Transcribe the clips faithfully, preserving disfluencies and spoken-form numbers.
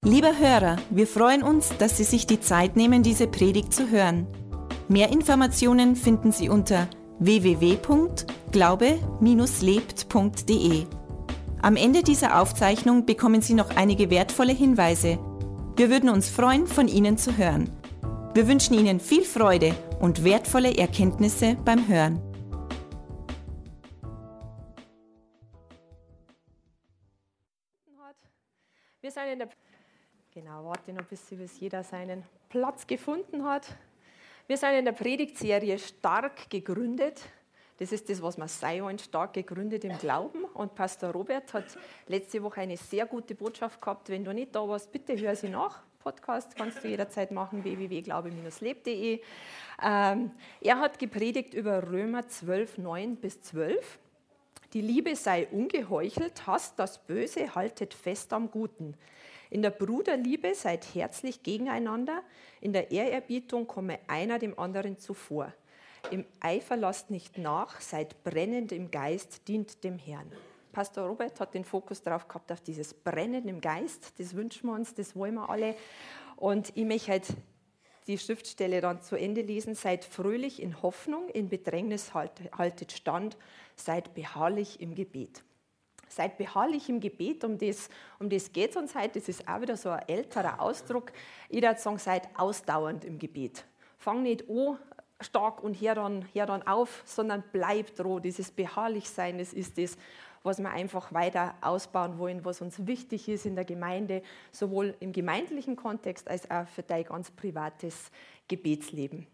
Lieber Hörer, wir freuen uns, dass Sie sich die Zeit nehmen, diese Predigt zu hören. Mehr Informationen finden Sie unter w w w punkt glaube lebt punkt d e. Am Ende dieser Aufzeichnung bekommen Sie noch einige wertvolle Hinweise. Wir würden uns freuen, von Ihnen zu hören. Wir wünschen Ihnen viel Freude und wertvolle Erkenntnisse beim Hören. Wir sind in der genau, warte noch, bis jeder seinen Platz gefunden hat. Wir sind in der Predigtserie Stark gegründet. Das ist das, was wir sein wollen, stark gegründet im Glauben. Und Pastor Robert hat letzte Woche eine sehr gute Botschaft gehabt. Wenn du nicht da warst, bitte hör sie nach. Podcast kannst du jederzeit machen, w w w punkt glaube lebt punkt d e. Ähm, er hat gepredigt über Römer zwölf, neun bis zwölf. Die Liebe sei ungeheuchelt, hasst das Böse, haltet fest am Guten. In der Bruderliebe seid herzlich gegeneinander, in der Ehrerbietung komme einer dem anderen zuvor. Im Eifer lasst nicht nach, seid brennend im Geist, dient dem Herrn. Pastor Robert hat den Fokus darauf gehabt, auf dieses Brennen im Geist. Das wünschen wir uns, das wollen wir alle. Und ich möchte halt die Schriftstelle dann zu Ende lesen. Seid fröhlich in Hoffnung, in Bedrängnis haltet stand, seid beharrlich im Gebet. Seid beharrlich im Gebet, um das, um das geht es uns heute. Das ist auch wieder so ein älterer Ausdruck. Ich würde sagen, seid ausdauernd im Gebet. Fang nicht an, stark und hör dann, hör dann auf, sondern bleibt dran. Dieses Beharrlichsein, das ist das, was wir einfach weiter ausbauen wollen, was uns wichtig ist in der Gemeinde, sowohl im gemeindlichen Kontext als auch für dein ganz privates Gebetsleben.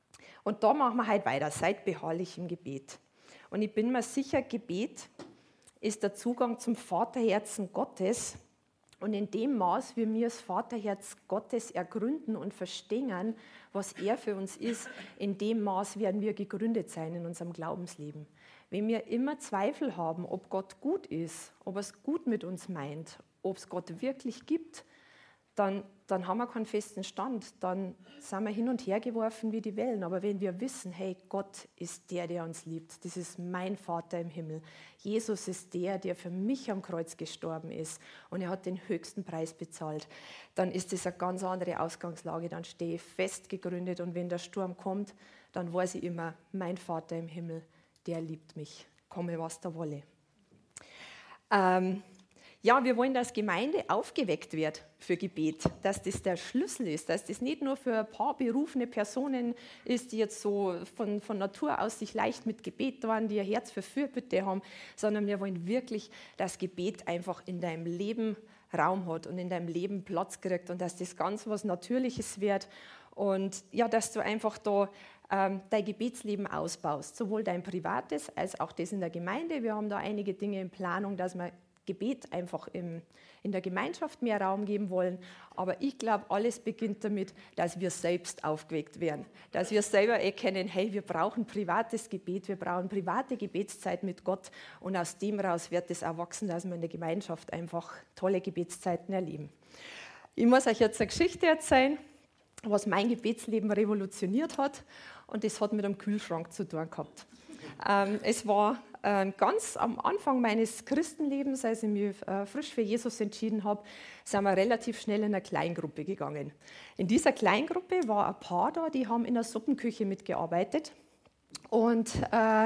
Und da machen wir heute weiter. Seid beharrlich im Gebet. Und ich bin mir sicher, Gebet ist der Zugang zum Vaterherzen Gottes. Und in dem Maß, wie wir das Vaterherz Gottes ergründen und verstehen, was er für uns ist, in dem Maß werden wir gegründet sein in unserem Glaubensleben. Wenn wir immer Zweifel haben, ob Gott gut ist, ob er es gut mit uns meint, ob es Gott wirklich gibt, dann, dann haben wir keinen festen Stand. Dann sind wir hin und her geworfen wie die Wellen. Aber wenn wir wissen, hey, Gott ist der, der uns liebt, das ist mein Vater im Himmel. Jesus ist der, der für mich am Kreuz gestorben ist und er hat den höchsten Preis bezahlt, dann ist das eine ganz andere Ausgangslage. Dann stehe ich fest gegründet und wenn der Sturm kommt, dann weiß ich immer, mein Vater im Himmel, der liebt mich, komme was da wolle. Ähm, Ja, wir wollen, dass Gemeinde aufgeweckt wird für Gebet, dass das der Schlüssel ist, dass das nicht nur für ein paar berufene Personen ist, die jetzt so von, von Natur aus sich leicht mit Gebet tun, die ein Herz für Fürbitte haben, sondern wir wollen wirklich, dass Gebet einfach in deinem Leben Raum hat und in deinem Leben Platz kriegt und dass das ganz was Natürliches wird und ja, dass du einfach da ähm, dein Gebetsleben ausbaust, sowohl dein privates als auch das in der Gemeinde. Wir haben da einige Dinge in Planung, dass wir Gebet einfach im, in der Gemeinschaft mehr Raum geben wollen. Aber ich glaube, alles beginnt damit, dass wir selbst aufgeweckt werden. Dass wir selber erkennen, hey, wir brauchen privates Gebet, wir brauchen private Gebetszeit mit Gott. Und aus dem raus wird es auch wachsen, dass wir in der Gemeinschaft einfach tolle Gebetszeiten erleben. Ich muss euch jetzt eine Geschichte erzählen, was mein Gebetsleben revolutioniert hat. Und das hat mit einem Kühlschrank zu tun gehabt. Ähm, es war äh, ganz am Anfang meines Christenlebens, als ich mich äh, frisch für Jesus entschieden habe, sind wir relativ schnell in eine Kleingruppe gegangen. In dieser Kleingruppe war ein Paar da, die haben in der Suppenküche mitgearbeitet. Und äh,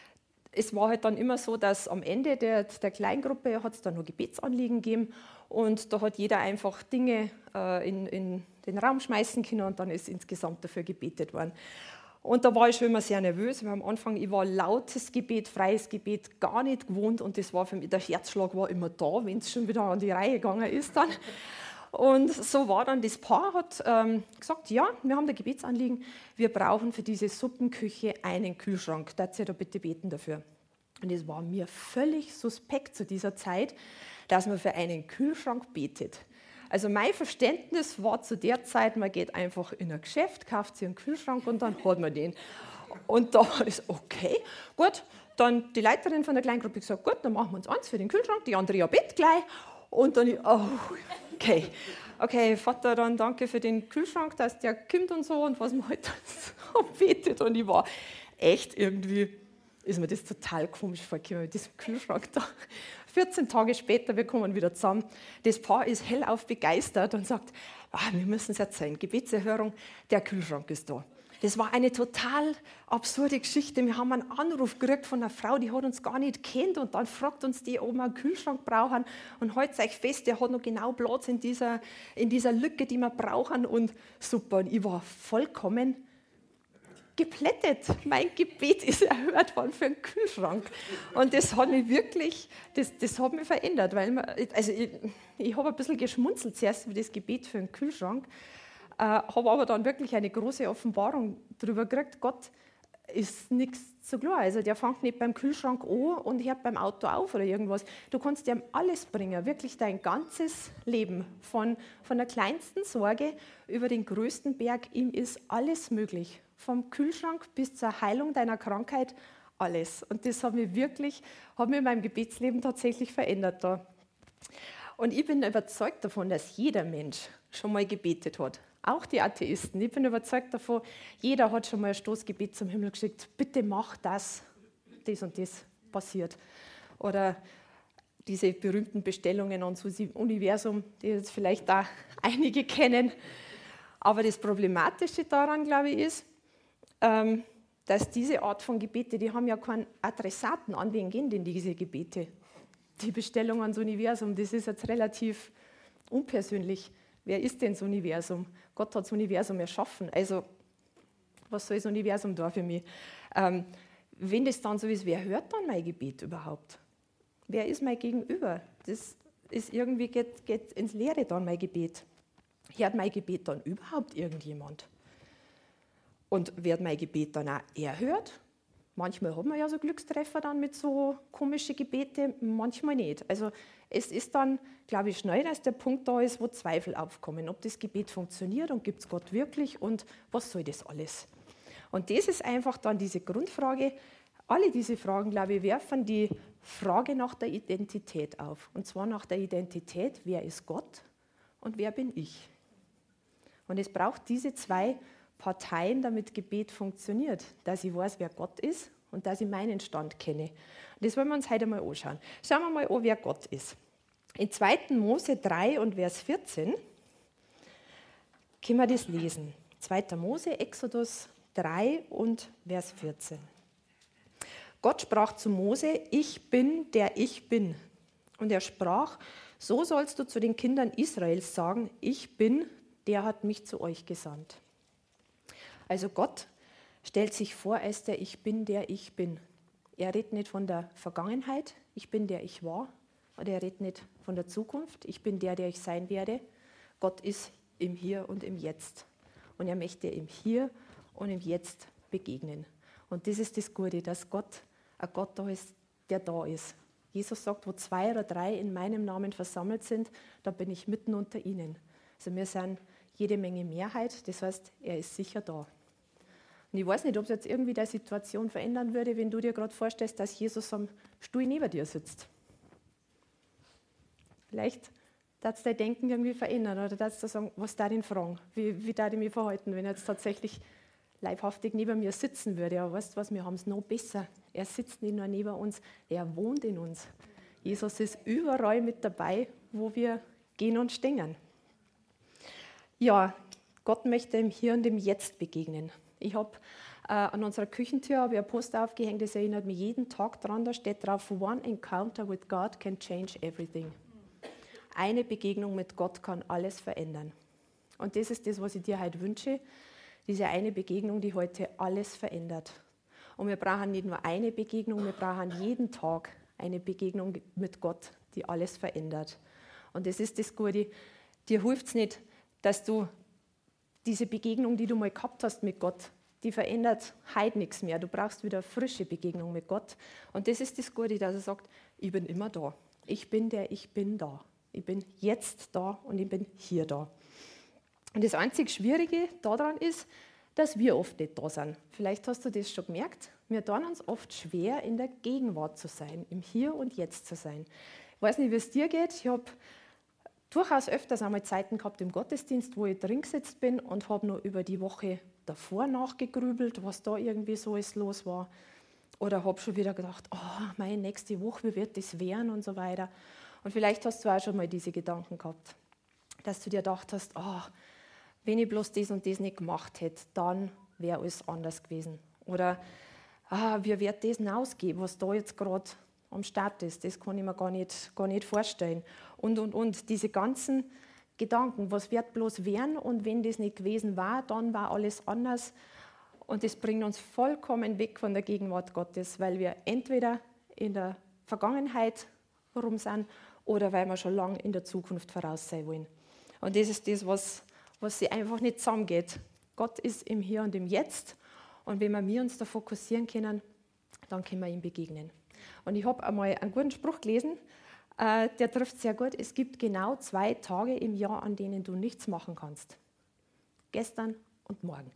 es war halt dann immer so, dass am Ende der, der Kleingruppe hat es dann noch Gebetsanliegen gegeben und da hat jeder einfach Dinge äh, in, in den Raum schmeißen können und dann ist insgesamt dafür gebetet worden. Und da war ich schon immer sehr nervös, weil am Anfang, ich war lautes Gebet, freies Gebet gar nicht gewohnt und das war für mich, der Herzschlag war immer da, wenn es schon wieder an die Reihe gegangen ist dann. Und so war dann, das Paar hat ähm, gesagt, ja, wir haben da Gebetsanliegen, wir brauchen für diese Suppenküche einen Kühlschrank, darf ihr da bitte beten dafür. Und es war mir völlig suspekt zu dieser Zeit, dass man für einen Kühlschrank betet. Also mein Verständnis war zu der Zeit, man geht einfach in ein Geschäft, kauft sich einen Kühlschrank und dann hat man den. Und da ist okay, gut, dann die Leiterin von der Kleingruppe gesagt, gut, dann machen wir uns eins für den Kühlschrank, die Andrea bet gleich. Und dann, oh, okay, okay, Vater, dann danke für den Kühlschrank, dass der kommt und so und was man halt so betet. Und ich war echt irgendwie ist mir das total komisch vorgekommen, mit diesem Kühlschrank da vierzehn Tage später, wir kommen wieder zusammen. Das Paar ist hellauf begeistert und sagt, ah, wir müssen es erzählen, Gebetserhörung, der Kühlschrank ist da. Das war eine total absurde Geschichte. Wir haben einen Anruf gekriegt von einer Frau, die hat uns gar nicht kennt und dann fragt uns die, ob wir einen Kühlschrank brauchen und haltet euch fest, der hat noch genau Platz in dieser, in dieser Lücke, die wir brauchen und super. Und ich war vollkommen geplättet. Mein Gebet ist erhört worden für einen Kühlschrank. Und das hat mich wirklich, das, das hat mich verändert, weil man, also ich, ich habe ein bisschen geschmunzelt zuerst über das Gebet für einen Kühlschrank, äh, habe aber dann wirklich eine große Offenbarung darüber gekriegt, Gott ist nichts zu klar. Also der fängt nicht beim Kühlschrank an und hört beim Auto auf oder irgendwas. Du kannst ihm alles bringen, wirklich dein ganzes Leben, von, von der kleinsten Sorge über den größten Berg, ihm ist alles möglich. Vom Kühlschrank bis zur Heilung deiner Krankheit, alles. Und das hat mich wirklich, hat mich in meinem Gebetsleben tatsächlich verändert da. Und ich bin überzeugt davon, dass jeder Mensch schon mal gebetet hat. Auch die Atheisten. Ich bin überzeugt davon, jeder hat schon mal ein Stoßgebet zum Himmel geschickt. Bitte mach das, das und das passiert. Oder diese berühmten Bestellungen ans Universum, die jetzt vielleicht da einige kennen. Aber das Problematische daran, glaube ich, ist, ähm, dass diese Art von Gebete, die haben ja keinen Adressaten, an wen gehen denn diese Gebete? Die Bestellung ans Universum, das ist jetzt relativ unpersönlich. Wer ist denn das Universum? Gott hat das Universum erschaffen. Also, was soll das Universum da für mich? Ähm, wenn das dann so ist, wer hört dann mein Gebet überhaupt? Wer ist mein Gegenüber? Das ist irgendwie, geht, geht ins Leere dann mein Gebet. Hört mein Gebet dann überhaupt irgendjemand? Und wird mein Gebet dann auch erhört? Manchmal hat man ja so Glückstreffer dann mit so komischen Gebeten, manchmal nicht. Also es ist dann, glaube ich, schnell, dass der Punkt da ist, wo Zweifel aufkommen, ob das Gebet funktioniert und gibt es Gott wirklich und was soll das alles? Und das ist einfach dann diese Grundfrage. Alle diese Fragen, glaube ich, werfen die Frage nach der Identität auf. Und zwar nach der Identität, wer ist Gott und wer bin ich? Und es braucht diese zwei Parteien, damit Gebet funktioniert, dass ich weiß, wer Gott ist und dass ich meinen Stand kenne. Und das wollen wir uns heute mal anschauen. Schauen wir mal an, wer Gott ist. In zweiten Mose drei und Vers vierzehn können wir das lesen. zweiter Mose, Exodus drei und Vers vierzehn. Gott sprach zu Mose, ich bin, der ich bin. Und er sprach, so sollst du zu den Kindern Israels sagen, ich bin, der hat mich zu euch gesandt. Also Gott stellt sich vor als der Ich Bin, der ich bin. Er redet nicht von der Vergangenheit, ich bin, der ich war. Oder er redet nicht von der Zukunft, ich bin der, der ich sein werde. Gott ist im Hier und im Jetzt. Und er möchte im Hier und im Jetzt begegnen. Und das ist das Gute, dass Gott ein Gott da ist, der da ist. Jesus sagt, wo zwei oder drei in meinem Namen versammelt sind, da bin ich mitten unter ihnen. Also wir sind jede Menge Mehrheit, das heißt, er ist sicher da. Und ich weiß nicht, ob es jetzt irgendwie die Situation verändern würde, wenn du dir gerade vorstellst, dass Jesus am Stuhl neben dir sitzt. Vielleicht darf es dein Denken irgendwie verändern oder darfst du sagen, was darf ich ihn fragen? Wie, wie darf ich mich verhalten, wenn er jetzt tatsächlich leibhaftig neben mir sitzen würde? Aber weißt du was, wir haben es noch besser. Er sitzt nicht nur neben uns, er wohnt in uns. Jesus ist überall mit dabei, wo wir gehen und stehen. Ja, Gott möchte im Hier und im Jetzt begegnen. Ich habe äh, an unserer Küchentür habe ich ein Poster aufgehängt, das erinnert mich jeden Tag dran, da steht drauf, one encounter with God can change everything. Eine Begegnung mit Gott kann alles verändern. Und das ist das, was ich dir heute wünsche, diese eine Begegnung, die heute alles verändert. Und wir brauchen nicht nur eine Begegnung, wir brauchen jeden Tag eine Begegnung mit Gott, die alles verändert. Und das ist das Gute, dir hilft es nicht, dass du diese Begegnung, die du mal gehabt hast mit Gott, die verändert heute nichts mehr. Du brauchst wieder eine frische Begegnung mit Gott. Und das ist das Gute, dass er sagt, ich bin immer da. Ich bin der, ich bin da. Ich bin jetzt da und ich bin hier da. Und das einzig Schwierige daran ist, dass wir oft nicht da sind. Vielleicht hast du das schon gemerkt. Wir tun uns oft schwer, in der Gegenwart zu sein, im Hier und Jetzt zu sein. Ich weiß nicht, wie es dir geht. Ich habe durchaus öfters einmal Zeiten gehabt im Gottesdienst, wo ich drin gesetzt bin und habe noch über die Woche davor nachgegrübelt, was da irgendwie so ist, los war. Oder habe schon wieder gedacht, oh, meine nächste Woche, wie wird das werden und so weiter. Und vielleicht hast du auch schon mal diese Gedanken gehabt, dass du dir gedacht hast, oh, wenn ich bloß das und das nicht gemacht hätte, dann wäre alles anders gewesen. Oder ah, wie wird das denn ausgehen, was da jetzt gerade am Start ist? Das kann ich mir gar nicht, gar nicht vorstellen. Und, und, und diese ganzen Gedanken, was wird bloß werden und wenn das nicht gewesen war, dann war alles anders. Und das bringt uns vollkommen weg von der Gegenwart Gottes, weil wir entweder in der Vergangenheit rum sind oder weil wir schon lange in der Zukunft voraus sein wollen. Und das ist das, was, was sich einfach nicht zusammengeht. Gott ist im Hier und im Jetzt. Und wenn wir uns da fokussieren können, dann können wir ihm begegnen. Und ich habe einmal einen guten Spruch gelesen, äh, der trifft sehr gut. Es gibt genau zwei Tage im Jahr, an denen du nichts machen kannst. Gestern und morgen.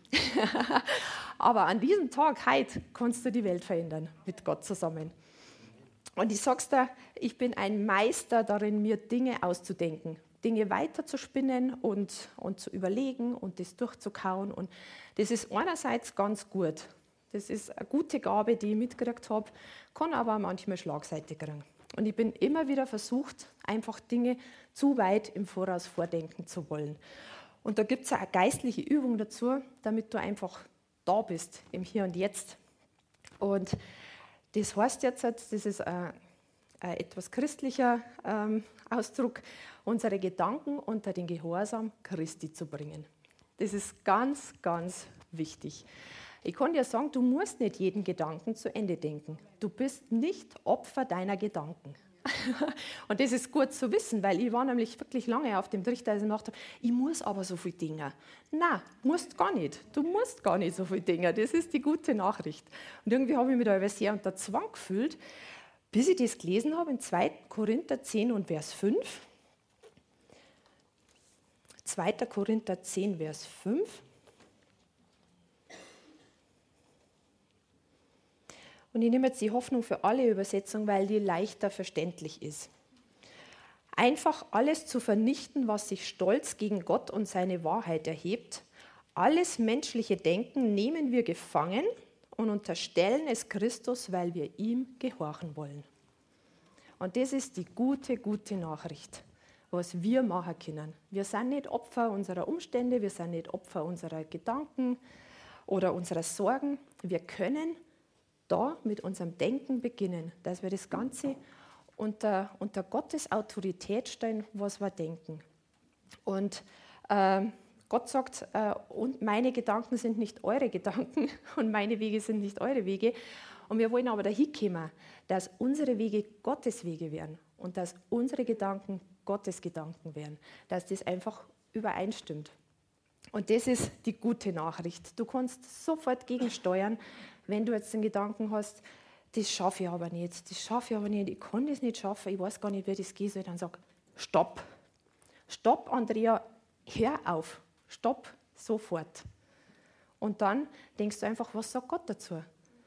Aber an diesem Tag, heute, kannst du die Welt verändern, mit Gott zusammen. Und ich sag's dir, ich bin ein Meister darin, mir Dinge auszudenken, Dinge weiterzuspinnen und, und zu überlegen und das durchzukauen. Und das ist einerseits ganz gut. Das ist eine gute Gabe, die ich mitgekriegt habe, kann aber auch manchmal Schlagseite kriegen. Und ich bin immer wieder versucht, einfach Dinge zu weit im Voraus vordenken zu wollen. Und da gibt es eine geistliche Übung dazu, damit du einfach da bist, im Hier und Jetzt. Und das heißt jetzt, das ist ein, ein etwas christlicher ähm, Ausdruck, unsere Gedanken unter den Gehorsam Christi zu bringen. Das ist ganz, ganz wichtig. Ich kann dir sagen, du musst nicht jeden Gedanken zu Ende denken. Du bist nicht Opfer deiner Gedanken. Und das ist gut zu wissen, weil ich war nämlich wirklich lange auf dem Trichter, als ich gedacht habe, ich muss aber so viele Dinge. Nein, musst gar nicht. Du musst gar nicht so viele Dinge. Das ist die gute Nachricht. Und irgendwie habe ich mich da sehr unter Zwang gefühlt, bis ich das gelesen habe in zweiter Korinther zehn und Vers fünf. zweiter Korinther zehn, Vers fünf. Und ich nehme jetzt die Hoffnung für alle Übersetzung, weil die leichter verständlich ist. Einfach alles zu vernichten, was sich stolz gegen Gott und seine Wahrheit erhebt. Alles menschliche Denken nehmen wir gefangen und unterstellen es Christus, weil wir ihm gehorchen wollen. Und das ist die gute, gute Nachricht, was wir machen können. Wir sind nicht Opfer unserer Umstände, wir sind nicht Opfer unserer Gedanken oder unserer Sorgen. Wir können da mit unserem Denken beginnen, dass wir das Ganze unter, unter Gottes Autorität stellen, was wir denken. Und äh, Gott sagt, äh, und meine Gedanken sind nicht eure Gedanken und meine Wege sind nicht eure Wege. Und wir wollen aber dahin kommen, dass unsere Wege Gottes Wege werden und dass unsere Gedanken Gottes Gedanken werden, dass das einfach übereinstimmt. Und das ist die gute Nachricht. Du kannst sofort gegensteuern, wenn du jetzt den Gedanken hast, das schaffe ich aber nicht, das schaffe ich aber nicht, ich kann das nicht schaffen, ich weiß gar nicht, wie das gehen soll, dann sag, stopp. Stopp, Andrea, hör auf. Stopp, sofort. Und dann denkst du einfach, was sagt Gott dazu?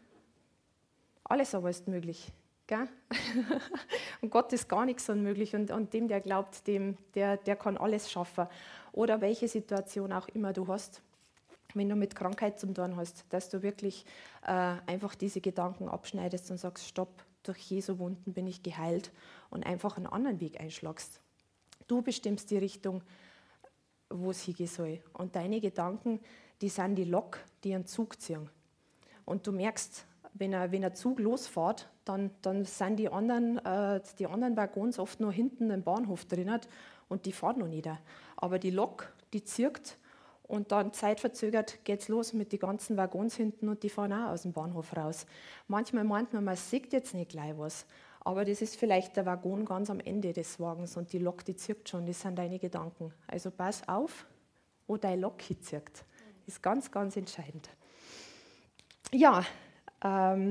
Alles aber ist möglich. Gell? Und Gott ist gar nichts unmöglich und, und dem, der glaubt, dem, der, der kann alles schaffen. Oder welche Situation auch immer du hast, wenn du mit Krankheit zum tun hast, dass du wirklich äh, einfach diese Gedanken abschneidest und sagst, stopp, durch Jesu Wunden bin ich geheilt und einfach einen anderen Weg einschlagst. Du bestimmst die Richtung, wo es hingehen soll. Und deine Gedanken, die sind die Lok, die einen Zug ziehen. Und du merkst, wenn ein, wenn ein Zug losfährt, dann, dann sind die anderen, äh, die anderen Waggons oft noch hinten im Bahnhof drinnen und die fahren noch nicht. Aber die Lok, die zirkt und dann zeitverzögert geht es los mit den ganzen Waggons hinten und die fahren auch aus dem Bahnhof raus. Manchmal meint man, man sieht jetzt nicht gleich was, aber das ist vielleicht der Waggon ganz am Ende des Wagens und die Lok, die zirkt schon, das sind deine Gedanken. Also pass auf, wo deine Lok hinzirkt. Das ist ganz, ganz entscheidend. Ja, ähm,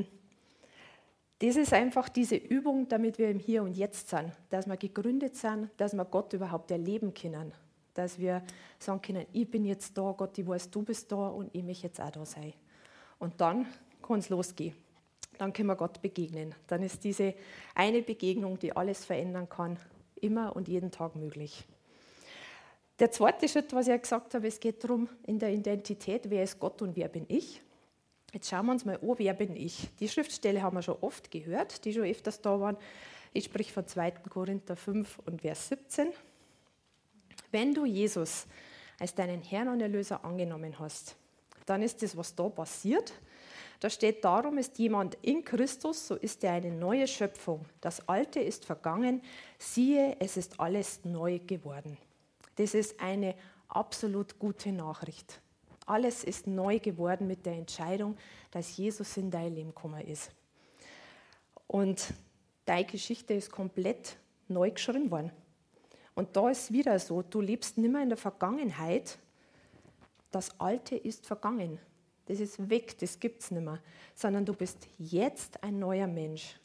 das ist einfach diese Übung, damit wir im Hier und Jetzt sind, dass wir gegründet sind, dass wir Gott überhaupt erleben können, dass wir sagen können, ich bin jetzt da, Gott, ich weiß, du bist da und ich möchte jetzt auch da sein. Und dann kann es losgehen. Dann können wir Gott begegnen. Dann ist diese eine Begegnung, die alles verändern kann, immer und jeden Tag möglich. Der zweite Schritt, was ich ja gesagt habe, es geht darum, in der Identität, wer ist Gott und wer bin ich? Jetzt schauen wir uns mal an, wer bin ich? Die Schriftstelle haben wir schon oft gehört, die schon öfters da waren. Ich spreche von zweiten Korinther fünf und Vers siebzehn. Wenn du Jesus als deinen Herrn und Erlöser angenommen hast, dann ist das, was da passiert. Da steht, darum ist jemand in Christus, so ist er eine neue Schöpfung. Das Alte ist vergangen, siehe, es ist alles neu geworden. Das ist eine absolut gute Nachricht. Alles ist neu geworden mit der Entscheidung, dass Jesus in dein Leben gekommen ist. Und deine Geschichte ist komplett neu geschrieben worden. Und da ist wieder so, du lebst nicht mehr in der Vergangenheit, das Alte ist vergangen. Das ist weg, das gibt es nicht mehr. Sondern du bist jetzt ein neuer Mensch.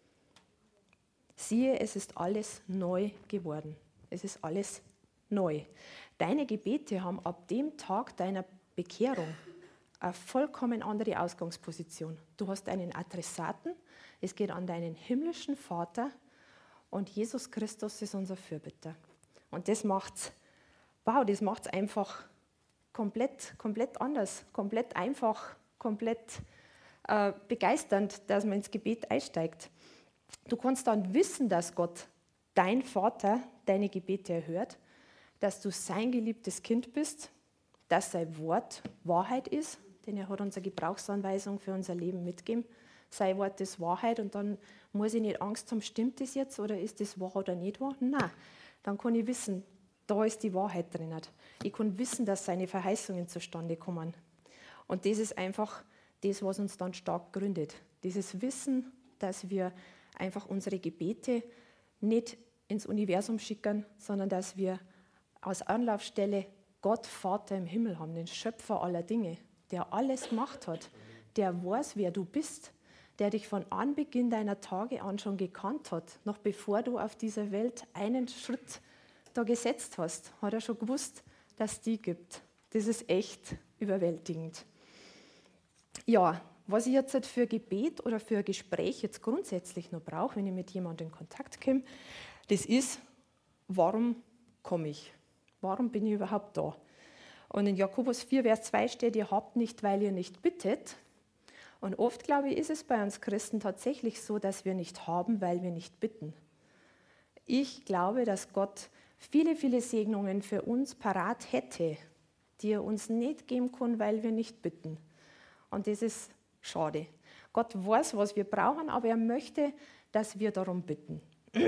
Siehe, es ist alles neu geworden. Es ist alles neu. Deine Gebete haben ab dem Tag deiner Bekehrung eine vollkommen andere Ausgangsposition. Du hast einen Adressaten, es geht an deinen himmlischen Vater und Jesus Christus ist unser Fürbitter. Und das macht's, wow, das macht's einfach komplett, komplett anders, komplett einfach, komplett äh, begeisternd, dass man ins Gebet einsteigt. Du kannst dann wissen, dass Gott, dein Vater, deine Gebete erhört, dass du sein geliebtes Kind bist, dass sein Wort Wahrheit ist, denn er hat unsere Gebrauchsanweisung für unser Leben mitgegeben. Sein Wort ist Wahrheit und dann muss ich nicht Angst haben, stimmt das jetzt oder ist das wahr oder nicht wahr? Nein, dann kann ich wissen, da ist die Wahrheit drin. Ich kann wissen, dass seine Verheißungen zustande kommen. Und das ist einfach das, was uns dann stark gründet. Dieses Wissen, dass wir einfach unsere Gebete nicht ins Universum schicken, sondern dass wir als Anlaufstelle Gott, Vater im Himmel haben, den Schöpfer aller Dinge, der alles gemacht hat, der weiß, wer du bist, der dich von Anbeginn deiner Tage an schon gekannt hat, noch bevor du auf dieser Welt einen Schritt da gesetzt hast, hat er schon gewusst, dass es die gibt. Das ist echt überwältigend. Ja, was ich jetzt für Gebet oder für Gespräch jetzt grundsätzlich noch brauche, wenn ich mit jemandem in Kontakt komme, das ist, warum komme ich? Warum bin ich überhaupt da? Und in Jakobus vier, Vers zwei steht, ihr habt nicht, weil ihr nicht bittet. Und oft, glaube ich, ist es bei uns Christen tatsächlich so, dass wir nicht haben, weil wir nicht bitten. Ich glaube, dass Gott viele, viele Segnungen für uns parat hätte, die er uns nicht geben kann, weil wir nicht bitten. Und das ist schade. Gott weiß, was wir brauchen, aber er möchte, dass wir darum bitten.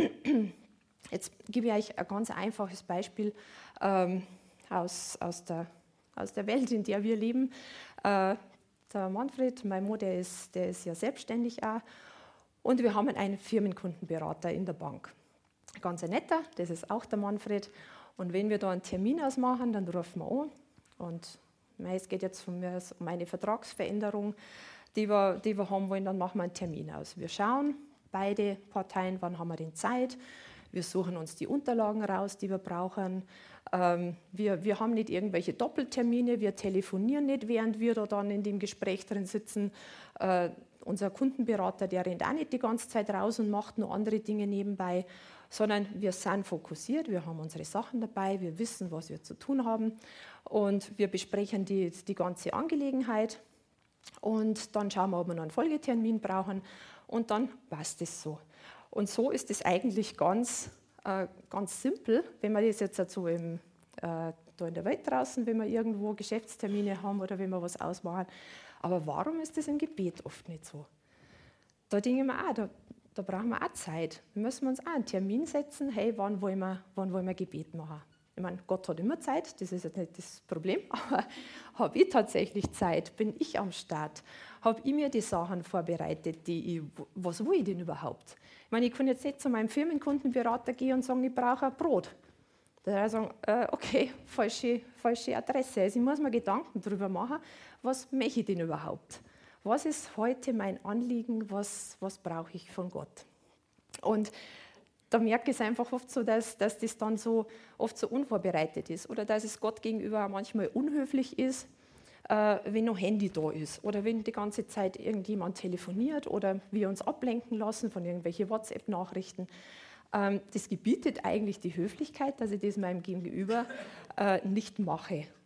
Jetzt gebe ich euch ein ganz einfaches Beispiel ähm, aus, aus, der, aus der Welt, in der wir leben. Äh, der Manfred, mein Mann, der ist, der ist ja selbstständig auch. Und wir haben einen Firmenkundenberater in der Bank. Ganz ein netter, das ist auch der Manfred. Und wenn wir da einen Termin ausmachen, dann rufen wir an. Und es geht jetzt von mir um eine Vertragsveränderung, die wir, die wir haben wollen, dann machen wir einen Termin aus. Wir schauen, beide Parteien, wann haben wir denn Zeit. Wir suchen uns die Unterlagen raus, die wir brauchen. Ähm, wir, wir haben nicht irgendwelche Doppeltermine, wir telefonieren nicht, während wir da dann in dem Gespräch drin sitzen. Äh, unser Kundenberater, der rennt auch nicht die ganze Zeit raus und macht noch andere Dinge nebenbei, sondern wir sind fokussiert, wir haben unsere Sachen dabei, wir wissen, was wir zu tun haben und wir besprechen die, die ganze Angelegenheit und dann schauen wir, ob wir noch einen Folgetermin brauchen und dann passt es so. Und so ist es eigentlich ganz, äh, ganz simpel, wenn wir das jetzt so im, äh, da in der Welt draußen, wenn wir irgendwo Geschäftstermine haben oder wenn wir was ausmachen. Aber warum ist das im Gebet oft nicht so? Da denke ich mir auch, da, da brauchen wir auch Zeit. Da müssen wir uns auch einen Termin setzen, hey, wann wollen wir, wann wollen wir Gebet machen? Ich meine, Gott hat immer Zeit, das ist jetzt nicht das Problem, aber habe ich tatsächlich Zeit? Bin ich am Start? Habe ich mir die Sachen vorbereitet, die ich, was will ich denn überhaupt? Ich meine, ich kann jetzt nicht zu meinem Firmenkundenberater gehen und sagen, ich brauche ein Brot. Da würde ich sagen, äh, okay, falsche, falsche Adresse. Also ich muss mir Gedanken darüber machen, was möchte ich denn überhaupt? Was ist heute mein Anliegen, was, was brauche ich von Gott? Und da merke ich es einfach oft so, dass, dass das dann so oft so unvorbereitet ist oder dass es Gott gegenüber manchmal unhöflich ist, äh, wenn noch Handy da ist oder wenn die ganze Zeit irgendjemand telefoniert oder wir uns ablenken lassen von irgendwelchen WhatsApp-Nachrichten. Ähm, das gebietet eigentlich die Höflichkeit, dass ich das meinem Gegenüber äh, nicht mache.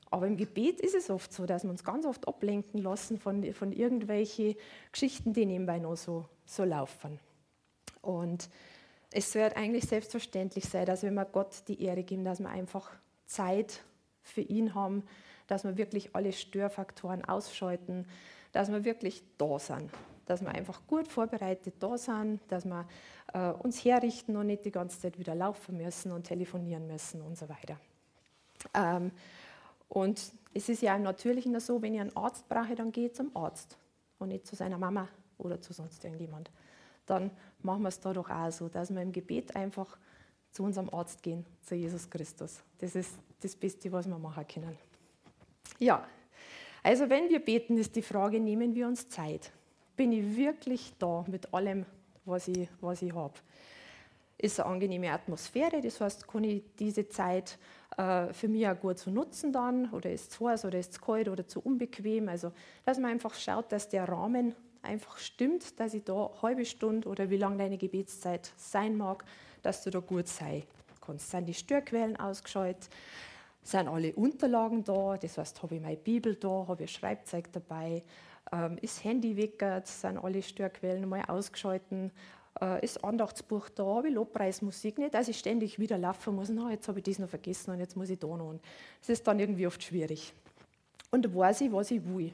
Aber im Gebet ist es oft so, dass wir uns ganz oft ablenken lassen von, von irgendwelchen Geschichten, die nebenbei noch so, so laufen. Und es wird eigentlich selbstverständlich sein, dass wenn wir Gott die Ehre geben, dass wir einfach Zeit für ihn haben, dass wir wirklich alle Störfaktoren ausschalten, dass wir wirklich da sind, dass wir einfach gut vorbereitet da sind, dass wir äh, uns herrichten und nicht die ganze Zeit wieder laufen müssen und telefonieren müssen und so weiter. Ähm, und es ist ja im Natürlichen so, wenn ich einen Arzt brauche, dann gehe ich zum Arzt und nicht zu seiner Mama oder zu sonst irgendjemand. Dann machen wir es da doch auch so, dass wir im Gebet einfach zu unserem Arzt gehen, zu Jesus Christus. Das ist das Beste, was wir machen können. Ja, also wenn wir beten, ist die Frage, nehmen wir uns Zeit? Bin ich wirklich da mit allem, was ich, was ich habe? Ist eine angenehme Atmosphäre, das heißt, kann ich diese Zeit äh, für mich auch gut zu nutzen dann, oder ist es zu heiß oder ist es kalt oder zu unbequem? Also, dass man einfach schaut, dass der Rahmen einfach stimmt, dass ich da eine halbe Stunde oder wie lange deine Gebetszeit sein mag, dass du da gut sein kannst. Sind die Störquellen ausgeschaltet? Sind alle Unterlagen da? Das heißt, habe ich meine Bibel da, habe ich Schreibzeug dabei? Ähm, ist Handy weg? Sind alle Störquellen mal ausgeschaltet? Äh, ist Andachtsbuch da? Habe ich Lobpreismusik? Nicht, dass ich ständig wieder laufen muss. Na, jetzt habe ich das noch vergessen und jetzt muss ich da noch. Und das ist dann irgendwie oft schwierig. Und da weiß ich, was ich will.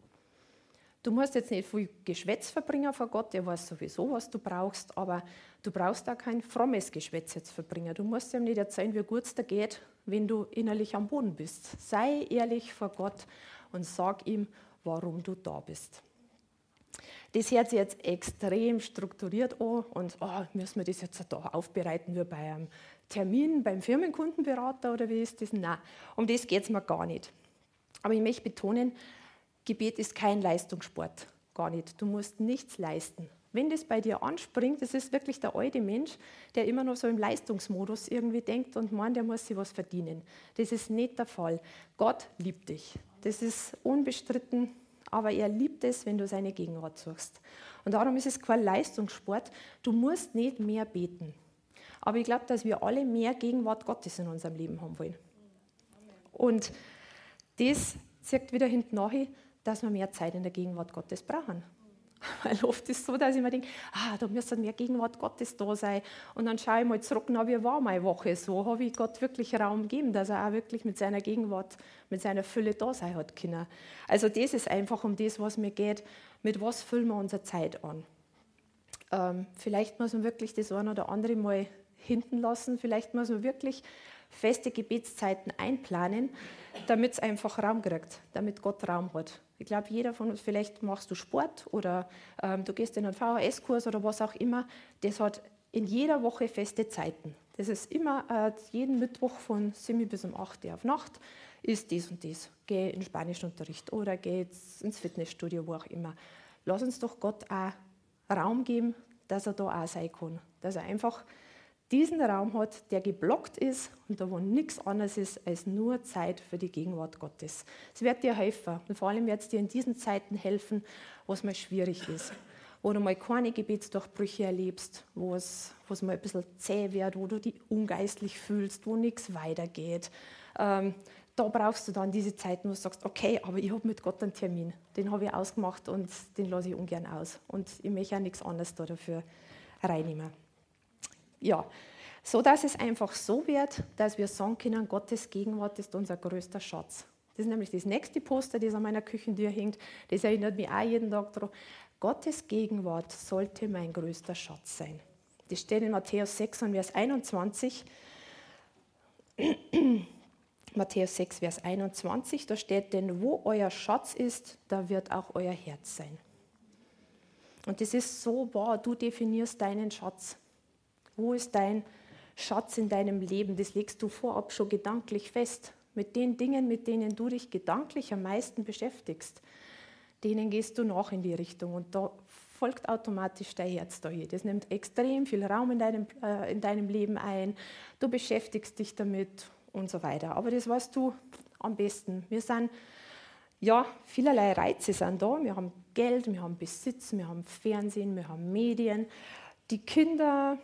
Du musst jetzt nicht viel Geschwätz verbringen vor Gott, der weiß sowieso, was du brauchst, aber du brauchst auch kein frommes Geschwätz jetzt verbringen. Du musst ihm nicht erzählen, wie gut es dir geht, wenn du innerlich am Boden bist. Sei ehrlich vor Gott und sag ihm, warum du da bist. Das hört sich jetzt extrem strukturiert an und oh, müssen wir das jetzt da aufbereiten wie bei einem Termin beim Firmenkundenberater oder wie ist das? Nein, um das geht es mir gar nicht. Aber ich möchte betonen, Gebet ist kein Leistungssport, gar nicht. Du musst nichts leisten. Wenn das bei dir anspringt, das ist wirklich der alte Mensch, der immer noch so im Leistungsmodus irgendwie denkt und meint, der muss sich was verdienen. Das ist nicht der Fall. Gott liebt dich. Das ist unbestritten, aber er liebt es, wenn du seine Gegenwart suchst. Und darum ist es kein Leistungssport. Du musst nicht mehr beten. Aber ich glaube, dass wir alle mehr Gegenwart Gottes in unserem Leben haben wollen. Und das zieht wieder hinten nachher, dass wir mehr Zeit in der Gegenwart Gottes brauchen. Weil oft ist es so, dass ich mir denke, ah, da müsste mehr Gegenwart Gottes da sein. Und dann schaue ich mal zurück, na, wie war meine Woche so? Habe ich Gott wirklich Raum gegeben, dass er auch wirklich mit seiner Gegenwart, mit seiner Fülle da sein hat können? Also das ist einfach um das, was mir geht. Mit was füllen wir unsere Zeit an? Ähm, vielleicht muss man wirklich das eine oder andere mal hinten lassen. Vielleicht muss man wirklich feste Gebetszeiten einplanen, damit es einfach Raum kriegt, damit Gott Raum hat. Ich glaube, jeder von uns, vielleicht machst du Sport oder ähm, du gehst in einen V H S-Kurs oder was auch immer, das hat in jeder Woche feste Zeiten. Das ist immer, äh, jeden Mittwoch von sieben bis um acht Uhr auf Nacht ist das und das. Geh in Spanischunterricht oder geh jetzt ins Fitnessstudio, wo auch immer. Lass uns doch Gott auch Raum geben, dass er da auch sein kann. Dass er einfach diesen Raum hat, der geblockt ist und da wo nichts anderes ist als nur Zeit für die Gegenwart Gottes. Es wird dir helfen und vor allem wird es dir in diesen Zeiten helfen, wo es mal schwierig ist, wo du mal keine Gebetsdurchbrüche erlebst, wo es, wo es mal ein bisschen zäh wird, wo du dich ungeistlich fühlst, wo nichts weitergeht. Ähm, da brauchst du dann diese Zeiten, wo du sagst, okay, aber ich habe mit Gott einen Termin, den habe ich ausgemacht und den lasse ich ungern aus und ich möchte auch nichts anderes da dafür reinnehmen. Ja, so dass es einfach so wird, dass wir sagen können, Gottes Gegenwart ist unser größter Schatz. Das ist nämlich das nächste Poster, das an meiner Küchentür hängt. Das erinnert mich auch jeden Tag daran. Gottes Gegenwart sollte mein größter Schatz sein. Das steht in Matthäus sechs, Vers einundzwanzig. Matthäus sechs, Vers einundzwanzig, da steht, denn wo euer Schatz ist, da wird auch euer Herz sein. Und das ist so wahr, du definierst deinen Schatz. Wo ist dein Schatz in deinem Leben? Das legst du vorab schon gedanklich fest. Mit den Dingen, mit denen du dich gedanklich am meisten beschäftigst, denen gehst du nach in die Richtung. Und da folgt automatisch dein Herz dahin. Das nimmt extrem viel Raum in deinem, äh, in deinem Leben ein. Du beschäftigst dich damit und so weiter. Aber das weißt du am besten. Wir sind, ja, vielerlei Reize sind da. Wir haben Geld, wir haben Besitz, wir haben Fernsehen, wir haben Medien. Die Kinder,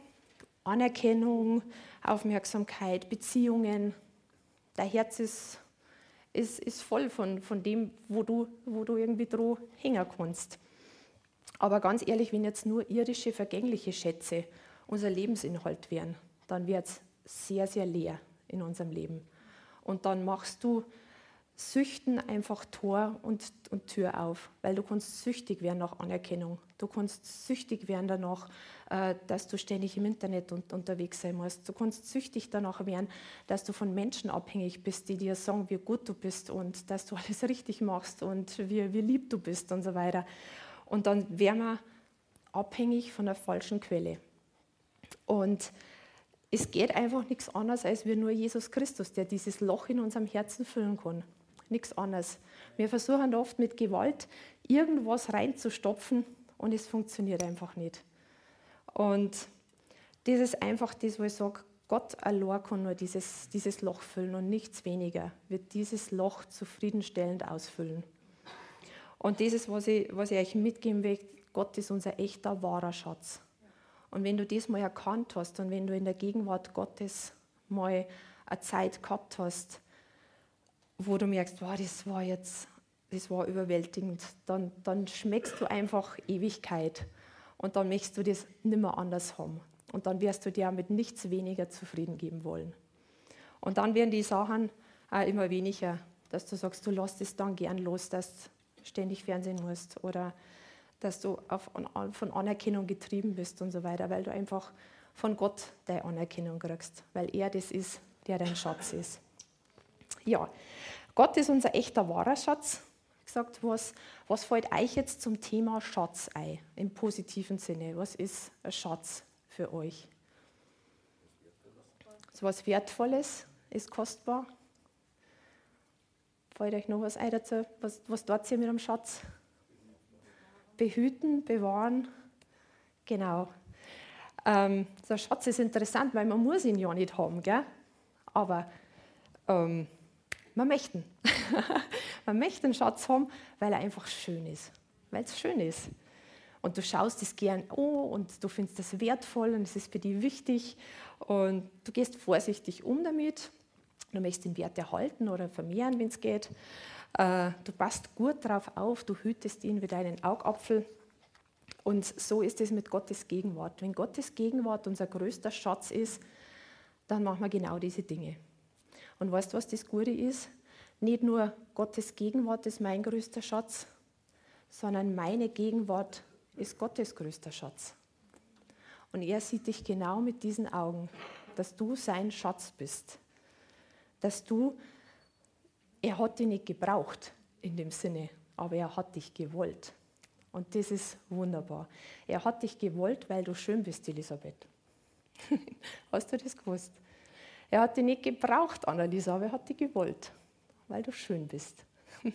Anerkennung, Aufmerksamkeit, Beziehungen. Dein Herz ist ist, ist voll von, von dem, wo du, wo du irgendwie dran hängen kannst. Aber ganz ehrlich, wenn jetzt nur irdische, vergängliche Schätze unser Lebensinhalt wären, dann wäre es sehr, sehr leer in unserem Leben. Und dann machst du Süchten einfach Tor und, und Tür auf, weil du kannst süchtig werden nach Anerkennung. Du kannst süchtig werden danach, äh, dass du ständig im Internet un- unterwegs sein musst. Du kannst süchtig danach werden, dass du von Menschen abhängig bist, die dir sagen, wie gut du bist und dass du alles richtig machst und wie, wie lieb du bist und so weiter. Und dann wären wir abhängig von der falschen Quelle. Und es geht einfach nichts anderes als wir nur Jesus Christus, der dieses Loch in unserem Herzen füllen kann. Nichts anderes. Wir versuchen oft mit Gewalt irgendwas reinzustopfen und es funktioniert einfach nicht. Und das ist einfach das, wo ich sage, Gott allein kann nur dieses, dieses Loch füllen und nichts weniger wird dieses Loch zufriedenstellend ausfüllen. Und das ist, was ich, was ich euch mitgeben will, Gott ist unser echter, wahrer Schatz. Und wenn du das mal erkannt hast und wenn du in der Gegenwart Gottes mal eine Zeit gehabt hast, wo du merkst, wow, das war jetzt, das war überwältigend, dann, dann schmeckst du einfach Ewigkeit und dann möchtest du das nicht mehr anders haben. Und dann wirst du dir mit nichts weniger zufrieden geben wollen. Und dann werden die Sachen auch immer weniger, dass du sagst, du lässt es dann gern los, dass du ständig Fernsehen musst oder dass du auf, von Anerkennung getrieben bist und so weiter, weil du einfach von Gott deine Anerkennung kriegst, weil er das ist, der dein Schatz ist. Ja, Gott ist unser echter, wahrer Schatz. Ich gesagt, was, was fällt euch jetzt zum Thema Schatz ein, im positiven Sinne? Was ist ein Schatz für euch? So was Wertvolles ist kostbar. Fällt euch noch was ein dazu? Was, was tut ihr mit einem Schatz? Behüten, bewahren, genau. Ähm, so ein Schatz ist interessant, weil man muss ihn ja nicht haben, gell? Aber ähm, man möchte ihn. Man möchte einen Schatz haben, weil er einfach schön ist, weil es schön ist. Und du schaust es gern an und du findest das wertvoll und es ist für dich wichtig und du gehst vorsichtig um damit. Du möchtest den Wert erhalten oder vermehren, wenn es geht. Du passt gut drauf auf, du hütest ihn wie deinen Augapfel. Und so ist es mit Gottes Gegenwart. Wenn Gottes Gegenwart unser größter Schatz ist, dann machen wir genau diese Dinge. Und weißt du, was das Gute ist? Nicht nur Gottes Gegenwart ist mein größter Schatz, sondern meine Gegenwart ist Gottes größter Schatz. Und er sieht dich genau mit diesen Augen, dass du sein Schatz bist. Dass du Er hat dich nicht gebraucht in dem Sinne, aber er hat dich gewollt. Und das ist wunderbar. Er hat dich gewollt, weil du schön bist, Elisabeth. Hast du das gewusst? Er hat dich nicht gebraucht, Annalisa, aber er hat dich gewollt, weil du schön bist.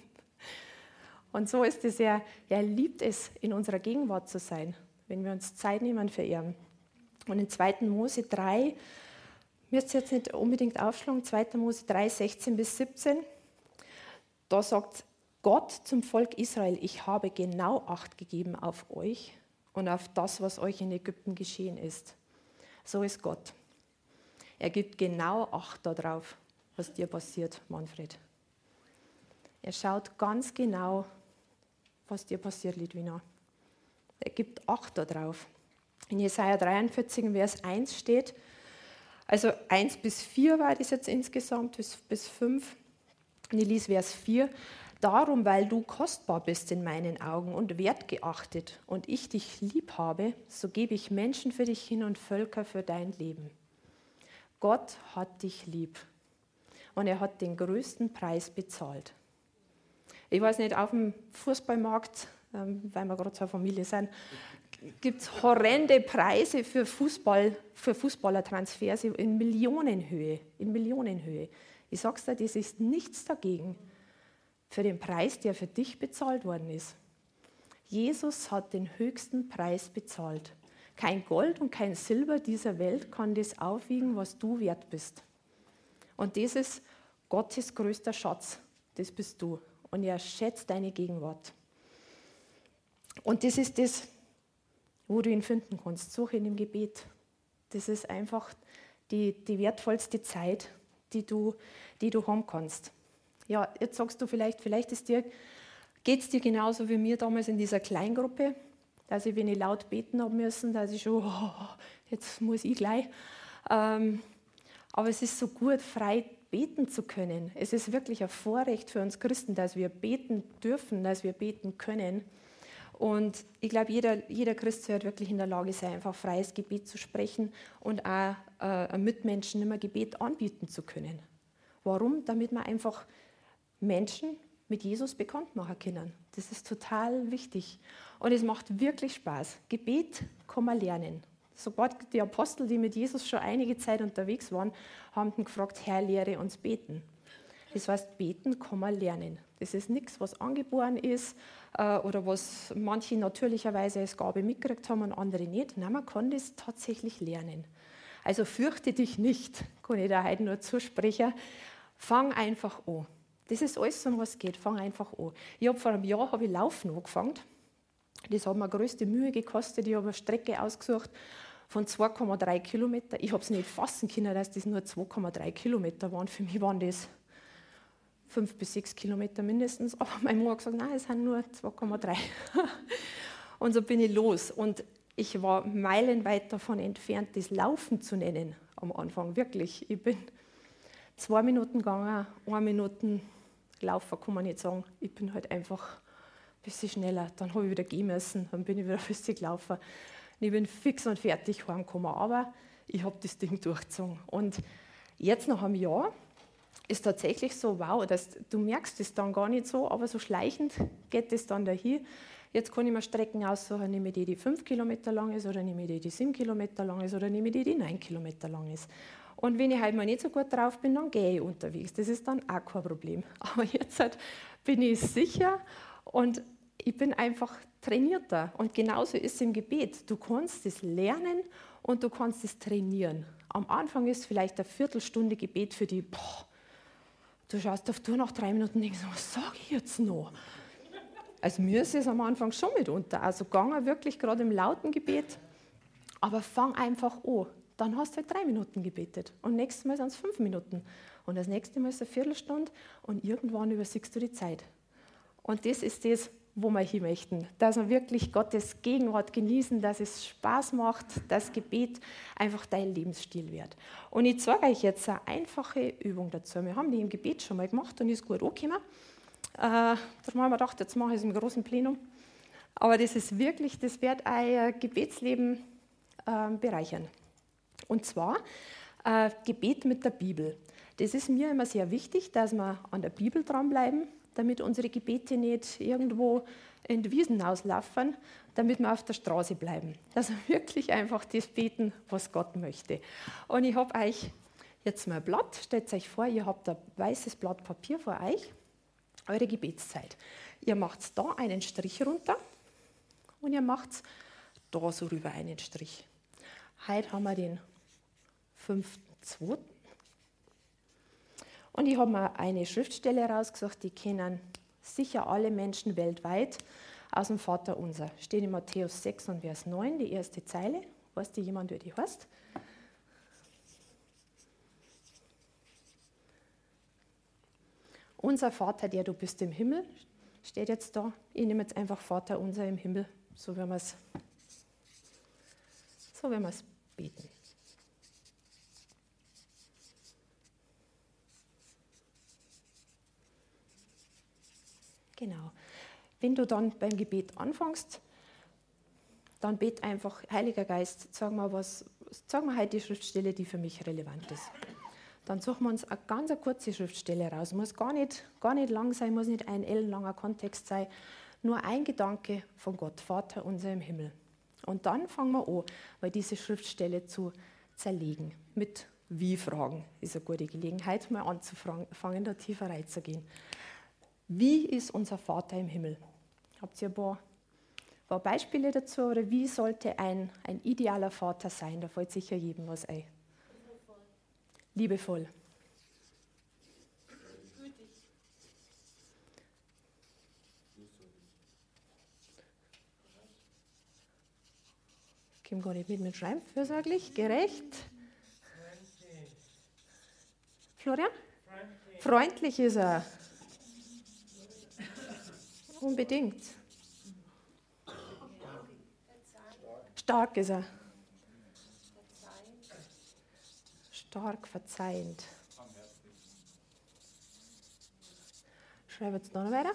Und so ist es, er, er liebt es, in unserer Gegenwart zu sein, wenn wir uns Zeit nehmen für ihn. Und in zweiten Mose drei, müsst ihr jetzt nicht unbedingt aufschlagen, zweiten Mose drei, sechzehn bis siebzehn, da sagt Gott zum Volk Israel, ich habe genau Acht gegeben auf euch und auf das, was euch in Ägypten geschehen ist. So ist Gott. Er gibt genau Acht darauf, was dir passiert, Manfred. Er schaut ganz genau, was dir passiert, Lidwina. Er gibt Acht darauf. In Jesaja dreiundvierzig, Vers eins steht, also eins bis vier war das jetzt insgesamt, bis, bis fünf. Und ich lese Vers vier. Darum, weil du kostbar bist in meinen Augen und wertgeachtet und ich dich lieb habe, so gebe ich Menschen für dich hin und Völker für dein Leben. Gott hat dich lieb und er hat den größten Preis bezahlt. Ich weiß nicht, auf dem Fußballmarkt, weil wir gerade so eine Familie sind, gibt es horrende Preise für, Fußball, für Fußballertransfers in Millionenhöhe, in Millionenhöhe. Ich sage dir, das ist nichts dagegen für den Preis, der für dich bezahlt worden ist. Jesus hat den höchsten Preis bezahlt. Kein Gold und kein Silber dieser Welt kann das aufwiegen, was du wert bist. Und das ist Gottes größter Schatz, das bist du. Und er schätzt deine Gegenwart. Und das ist das, wo du ihn finden kannst. Suche ihn im Gebet. Das ist einfach die, die wertvollste Zeit, die du, die du haben kannst. Ja, jetzt sagst du vielleicht, vielleicht geht es dir genauso wie mir damals in dieser Kleingruppe, dass ich, wenn ich laut beten habe müssen, dass ich schon, oh, jetzt muss ich gleich. Ähm, aber es ist so gut, frei beten zu können. Es ist wirklich ein Vorrecht für uns Christen, dass wir beten dürfen, dass wir beten können. Und ich glaube, jeder, jeder Christ sollte wirklich in der Lage sein, einfach freies Gebet zu sprechen und auch äh, Mitmenschen immer Gebet anbieten zu können. Warum? Damit wir einfach Menschen mit Jesus bekannt machen können. Das ist total wichtig. Und es macht wirklich Spaß. Gebet kann man lernen. Sogar die Apostel, die mit Jesus schon einige Zeit unterwegs waren, haben ihn gefragt, Herr, lehre uns beten. Das heißt, beten kann man lernen. Das ist nichts, was angeboren ist äh, oder was manche natürlicherweise als Gabe mitgekriegt haben und andere nicht. Nein, man kann das tatsächlich lernen. Also fürchte dich nicht, kann ich da heute nur zusprechen. Fang einfach an. Das ist alles, um was es geht. Fang einfach an. Ich habe vor einem Jahr habe ich Laufen angefangen. Das hat mir größte Mühe gekostet. Ich habe eine Strecke ausgesucht von zwei Komma drei Kilometer. Ich habe es nicht fassen können, dass das nur zwei Komma drei Kilometer waren. Für mich waren das fünf bis sechs Kilometer mindestens. Aber mein Mann hat gesagt, nein, es sind nur zwei Komma drei. Und so bin ich los. Und ich war meilenweit davon entfernt, das Laufen zu nennen am Anfang. Wirklich. Ich bin zwei Minuten gegangen, eine Minute gelaufen, kann man nicht sagen. Ich bin halt einfach ein bisschen schneller. Dann habe ich wieder gehen müssen, dann bin ich wieder ein bisschen gelaufen. Und ich bin fix und fertig heimgekommen, aber ich habe das Ding durchgezogen. Und jetzt nach einem Jahr ist tatsächlich so, wow, dass, du merkst es dann gar nicht so, aber so schleichend geht es dann dahin. Jetzt kann ich mir Strecken aussuchen, nehme ich die, die fünf Kilometer lang ist, oder nehme ich die, die sieben Kilometer lang ist, oder nehme ich die, die neun Kilometer lang ist. Und wenn ich halt mal nicht so gut drauf bin, dann gehe ich unterwegs. Das ist dann auch kein Problem. Aber jetzt halt bin ich sicher und ich bin einfach trainierter. Und genauso ist es im Gebet. Du kannst es lernen und du kannst es trainieren. Am Anfang ist vielleicht eine Viertelstunde Gebet für die, boah, du schaust auf die Tour nach drei Minuten und denkst, was sage ich jetzt noch? Also mir ist es am Anfang schon mitunter. Also gegangen wirklich gerade im lauten Gebet. Aber fang einfach an. Dann hast du halt drei Minuten gebetet. Und nächstes Mal sind es fünf Minuten. Und das nächste Mal ist es eine Viertelstunde. Und irgendwann übersiegst du die Zeit. Und das ist das, wo wir hin möchten. Dass wir wirklich Gottes Gegenwart genießen, dass es Spaß macht, dass Gebet einfach dein Lebensstil wird. Und ich zeige euch jetzt eine einfache Übung dazu. Wir haben die im Gebet schon mal gemacht und ist gut angekommen. Äh, darum haben wir gedacht, jetzt mache ich es im großen Plenum. Aber das ist wirklich, das wird euer Gebetsleben äh, bereichern. Und zwar äh, Gebet mit der Bibel. Das ist mir immer sehr wichtig, dass wir an der Bibel dranbleiben, damit unsere Gebete nicht irgendwo in die Wiesen auslaufen, damit wir auf der Straße bleiben. Dass wir wirklich einfach das beten, was Gott möchte. Und ich habe euch jetzt mal ein Blatt, stellt euch vor, ihr habt ein weißes Blatt Papier vor euch, eure Gebetszeit. Ihr macht da einen Strich runter und ihr macht da so rüber einen Strich. Heute haben wir den fünften zweiten Und ich habe mir eine Schriftstelle rausgesucht, die kennen sicher alle Menschen weltweit, aus dem Vater Unser. Steht in Matthäus sechs und Vers neun, die erste Zeile. Weiß die jemand, wer die heißt? Unser Vater, der du bist im Himmel, steht jetzt da. Ich nehme jetzt einfach Vater Unser im Himmel, so werden wir es so werden wir es beten. Genau. Wenn du dann beim Gebet anfängst, dann bet einfach, Heiliger Geist, sag mal, was, sag mal heute die Schriftstelle, die für mich relevant ist. Dann suchen wir uns eine ganz eine kurze Schriftstelle raus. Muss gar nicht, gar nicht lang sein, muss nicht ein ellenlanger Kontext sein. Nur ein Gedanke von Gott, Vater unser im Himmel. Und dann fangen wir an, weil diese Schriftstelle zu zerlegen. Mit Wie-Fragen ist eine gute Gelegenheit, mal anzufangen, da tiefer reinzugehen. Wie ist unser Vater im Himmel? Habt ihr ein paar, ein paar Beispiele dazu? Oder wie sollte ein, ein idealer Vater sein? Da fällt sicher jedem was ein. Liebevoll. Liebevoll. Gütig. Ich komme gar nicht mit mit Schreiben. Fürsorglich, gerecht. Freundlich. Florian? Freundlich. Freundlich ist er. Unbedingt. Stark ist er. Stark verzeihend. Schreiben wir jetzt noch weiter.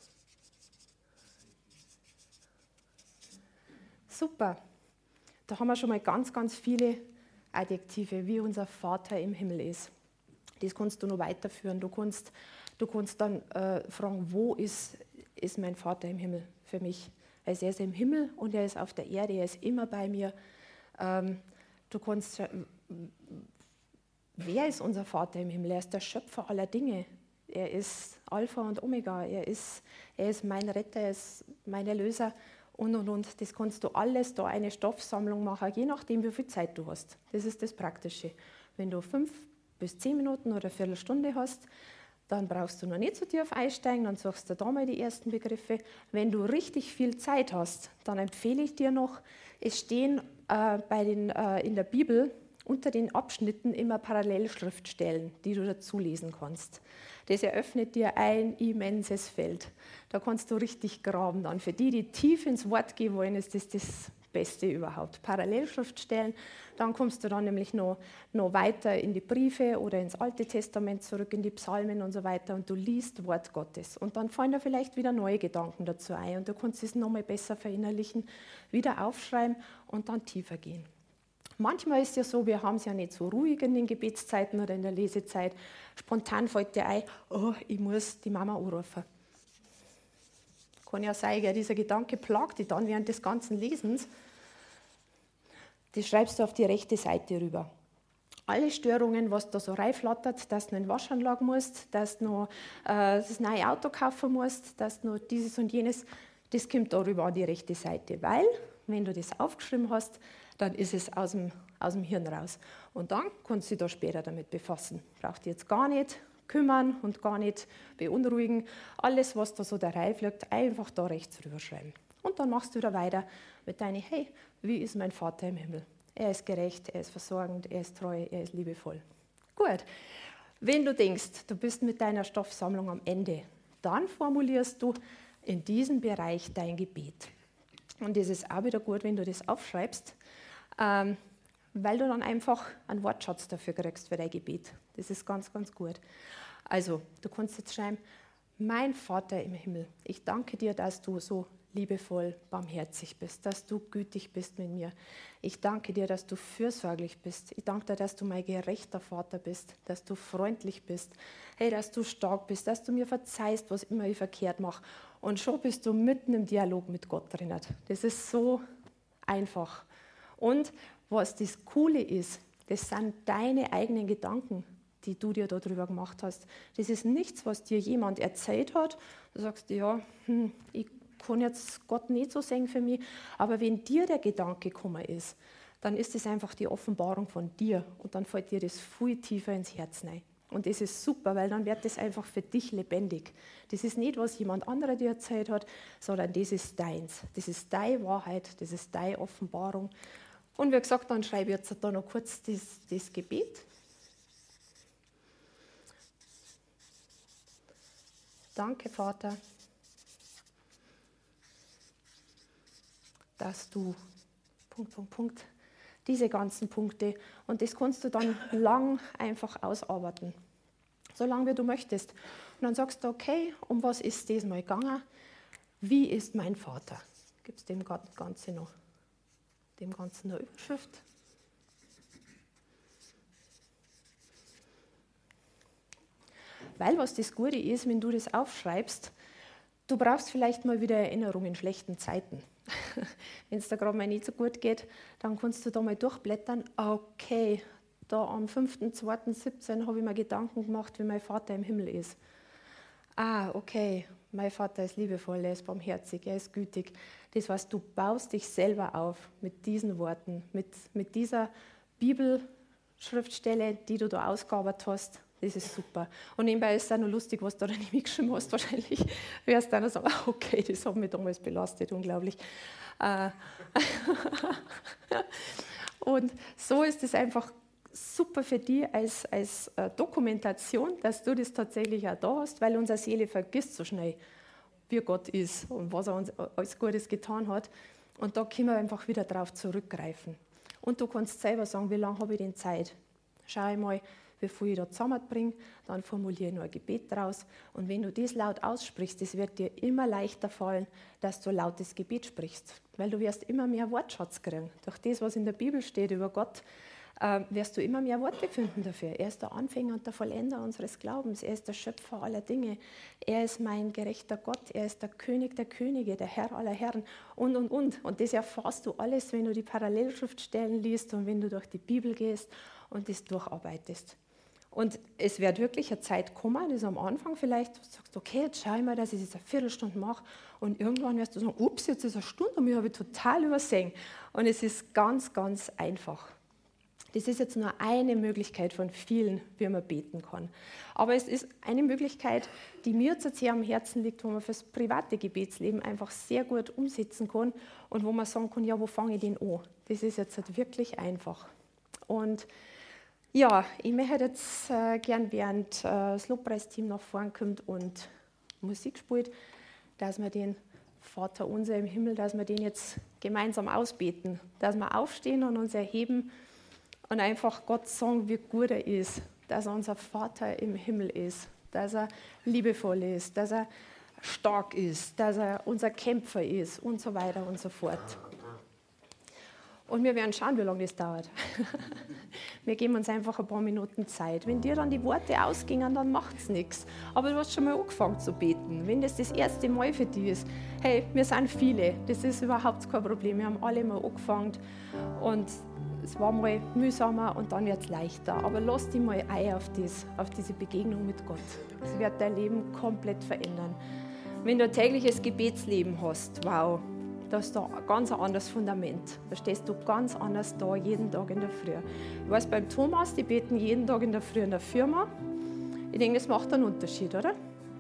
Super. Da haben wir schon mal ganz, ganz viele Adjektive, wie unser Vater im Himmel ist. Das kannst du noch weiterführen. Du kannst, du kannst dann äh, fragen, wo ist, ist mein Vater im Himmel für mich? Also er ist im Himmel und er ist auf der Erde, er ist immer bei mir. Ähm, du kannst, wer ist unser Vater im Himmel? Er ist der Schöpfer aller Dinge. Er ist Alpha und Omega. Er ist, er ist mein Retter, er ist mein Erlöser. Und, und, und. Das kannst du alles da eine Stoffsammlung machen, je nachdem, wie viel Zeit du hast. Das ist das Praktische. Wenn du fünf bis zehn Minuten oder eine Viertelstunde hast, dann brauchst du noch nicht so tief einsteigen, dann suchst du da mal die ersten Begriffe. Wenn du richtig viel Zeit hast, dann empfehle ich dir noch, es stehen äh, bei den, äh, in der Bibel unter den Abschnitten immer Parallelschriftstellen, die du dazu lesen kannst. Das eröffnet dir ein immenses Feld. Da kannst du richtig graben dann. Für die, die tief ins Wort gehen wollen, ist das das Beste überhaupt. Parallelschriftstellen, dann kommst du dann nämlich noch, noch weiter in die Briefe oder ins Alte Testament zurück, in die Psalmen und so weiter und du liest Wort Gottes. Und dann fallen da vielleicht wieder neue Gedanken dazu ein und du kannst es nochmal besser verinnerlichen, wieder aufschreiben und dann tiefer gehen. Manchmal ist es ja so, wir haben es ja nicht so ruhig in den Gebetszeiten oder in der Lesezeit. Spontan fällt dir ein, oh, ich muss die Mama anrufen. Kann ja sein, ja, dieser Gedanke plagt dich dann während des ganzen Lesens. Das schreibst du auf die rechte Seite rüber. Alle Störungen, was da so reinflattert, dass du noch in die Waschanlage musst, dass du noch äh, das neue Auto kaufen musst, dass du noch dieses und jenes, das kommt da rüber an die rechte Seite. Weil, wenn du das aufgeschrieben hast, dann ist es aus dem, aus dem Hirn raus. Und dann kannst du dich da später damit befassen. Braucht dich jetzt gar nicht kümmern und gar nicht beunruhigen. Alles, was da so da reinfliegt, einfach da rechts rüberschreiben. Und dann machst du wieder weiter mit deinem, hey, wie ist mein Vater im Himmel? Er ist gerecht, er ist versorgend, er ist treu, er ist liebevoll. Gut, wenn du denkst, du bist mit deiner Stoffsammlung am Ende, dann formulierst du in diesem Bereich dein Gebet. Und das ist auch wieder gut, wenn du das aufschreibst, ähm, weil du dann einfach einen Wortschatz dafür kriegst für dein Gebet. Das ist ganz, ganz gut. Also, du kannst jetzt schreiben, mein Vater im Himmel, ich danke dir, dass du so liebevoll, barmherzig bist, dass du gütig bist mit mir. Ich danke dir, dass du fürsorglich bist. Ich danke dir, dass du mein gerechter Vater bist, dass du freundlich bist, hey, dass du stark bist, dass du mir verzeihst, was immer ich verkehrt mache. Und schon bist du mitten im Dialog mit Gott drin. Das ist so einfach. Und was das Coole ist, das sind deine eigenen Gedanken, die du dir darüber gemacht hast. Das ist nichts, was dir jemand erzählt hat. Du sagst, ja, hm, ich kann jetzt Gott nicht so sehen für mich, aber wenn dir der Gedanke gekommen ist, dann ist es einfach die Offenbarung von dir und dann fällt dir das viel tiefer ins Herz rein. Und das ist super, weil dann wird das einfach für dich lebendig. Das ist nicht, was jemand anderer dir erzählt hat, sondern das ist deins. Das ist deine Wahrheit, das ist deine Offenbarung. Und wie gesagt, dann schreibe ich jetzt da noch kurz das, das Gebet. Danke, Vater, dass du, Punkt, Punkt, Punkt, diese ganzen Punkte, und das kannst du dann lang einfach ausarbeiten, so lange wie du möchtest. Und dann sagst du, okay, um was ist das mal gegangen? Wie ist mein Vater? Gibt es dem Ganzen noch, dem Ganzen eine Überschrift? Weil was das Gute ist, wenn du das aufschreibst, du brauchst vielleicht mal wieder Erinnerung in schlechten Zeiten. Wenn es da gerade mal nicht so gut geht, dann kannst du da mal durchblättern. Okay, da am fünften zweiten siebzehn habe ich mir Gedanken gemacht, wie mein Vater im Himmel ist. Ah, okay, mein Vater ist liebevoll, er ist barmherzig, er ist gütig. Das heißt, du baust dich selber auf mit diesen Worten, mit, mit dieser Bibelschriftstelle, die du da ausgearbeitet hast. Das ist super. Und nebenbei ist es auch noch lustig, was du da nicht mitgeschrieben hast. Wahrscheinlich wirst du dann sagen, okay, das hat mich damals belastet, unglaublich. Und so ist es einfach super für dich als, als Dokumentation, dass du das tatsächlich auch da hast, weil unsere Seele vergisst so schnell. wie Gott ist und was er uns alles Gutes getan hat. Und da können wir einfach wieder drauf zurückgreifen. Und du kannst selber sagen, wie lange habe ich denn Zeit? Schau mal, wie viel ich da zusammenbringe, dann formuliere ich noch ein Gebet draus. Und wenn du das laut aussprichst, das wird dir immer leichter fallen, dass du lautes Gebet sprichst. Weil du wirst immer mehr Wortschatz kriegen. Durch das, was in der Bibel steht über Gott, äh, wirst du immer mehr Worte finden dafür. Er ist der Anfänger und der Vollender unseres Glaubens. Er ist der Schöpfer aller Dinge. Er ist mein gerechter Gott. Er ist der König der Könige, der Herr aller Herren und, und, und. Und das erfährst du alles, wenn du die Parallelschriftstellen liest und wenn du durch die Bibel gehst und das durcharbeitest. Und es wird wirklich eine Zeit kommen, das ist am Anfang vielleicht, du sagst, okay, jetzt schau ich mal, dass ich das eine Viertelstunde mache und irgendwann wirst du sagen, ups, jetzt ist eine Stunde und mich habe ich total übersehen. Und es ist ganz, ganz einfach. Das ist jetzt nur eine Möglichkeit von vielen, wie man beten kann. Aber es ist eine Möglichkeit, die mir jetzt sehr am Herzen liegt, wo man fürs private Gebetsleben einfach sehr gut umsetzen kann und wo man sagen kann, ja, wo fange ich denn an? Das ist jetzt halt wirklich einfach. Und ja, ich möchte jetzt äh, gern, während äh, das Lobpreisteam nach vorn kommt und Musik spielt, dass wir den Vater unser im Himmel, dass wir den jetzt gemeinsam ausbeten, dass wir aufstehen und uns erheben und einfach Gott sagen, wie gut er ist, dass er unser Vater im Himmel ist, dass er liebevoll ist, dass er stark ist, dass er unser Kämpfer ist und so weiter und so fort. Und wir werden schauen, wie lange das dauert. Wir geben uns einfach ein paar Minuten Zeit. Wenn dir dann die Worte ausgingen, dann macht es nichts. Aber du hast schon mal angefangen zu beten. Wenn das das erste Mal für dich ist, hey, wir sind viele, das ist überhaupt kein Problem. Wir haben alle mal angefangen und es war mal mühsamer und dann wird es leichter. Aber lass dich mal ein auf, das, auf diese Begegnung mit Gott. Es wird dein Leben komplett verändern. Wenn du ein tägliches Gebetsleben hast, wow, da ist da ein ganz anderes Fundament. Da stehst du ganz anders da, jeden Tag in der Früh. Ich weiß, beim Thomas, die beten jeden Tag in der Früh in der Firma. Ich denke, das macht einen Unterschied, oder?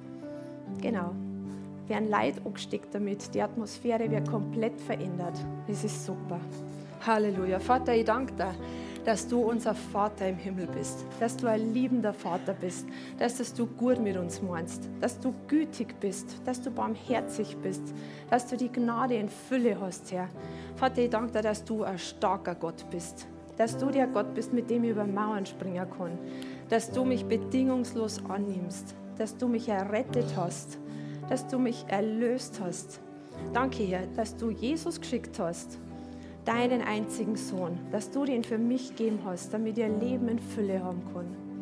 Genau. Werden Leute angesteckt damit. Die Atmosphäre wird komplett verändert. Das ist super. Halleluja. Vater, ich danke dir, dass du unser Vater im Himmel bist, dass du ein liebender Vater bist, dass, dass du gut mit uns meinst, dass du gütig bist, dass du barmherzig bist, dass du die Gnade in Fülle hast, Herr. Vater, ich danke dir, dass du ein starker Gott bist, dass du der Gott bist, mit dem ich über Mauern springen kann, dass du mich bedingungslos annimmst, dass du mich errettet hast, dass du mich erlöst hast. Danke, Herr, dass du Jesus geschickt hast, deinen einzigen Sohn, dass du den für mich gegeben hast, damit ich ein Leben in Fülle haben kann.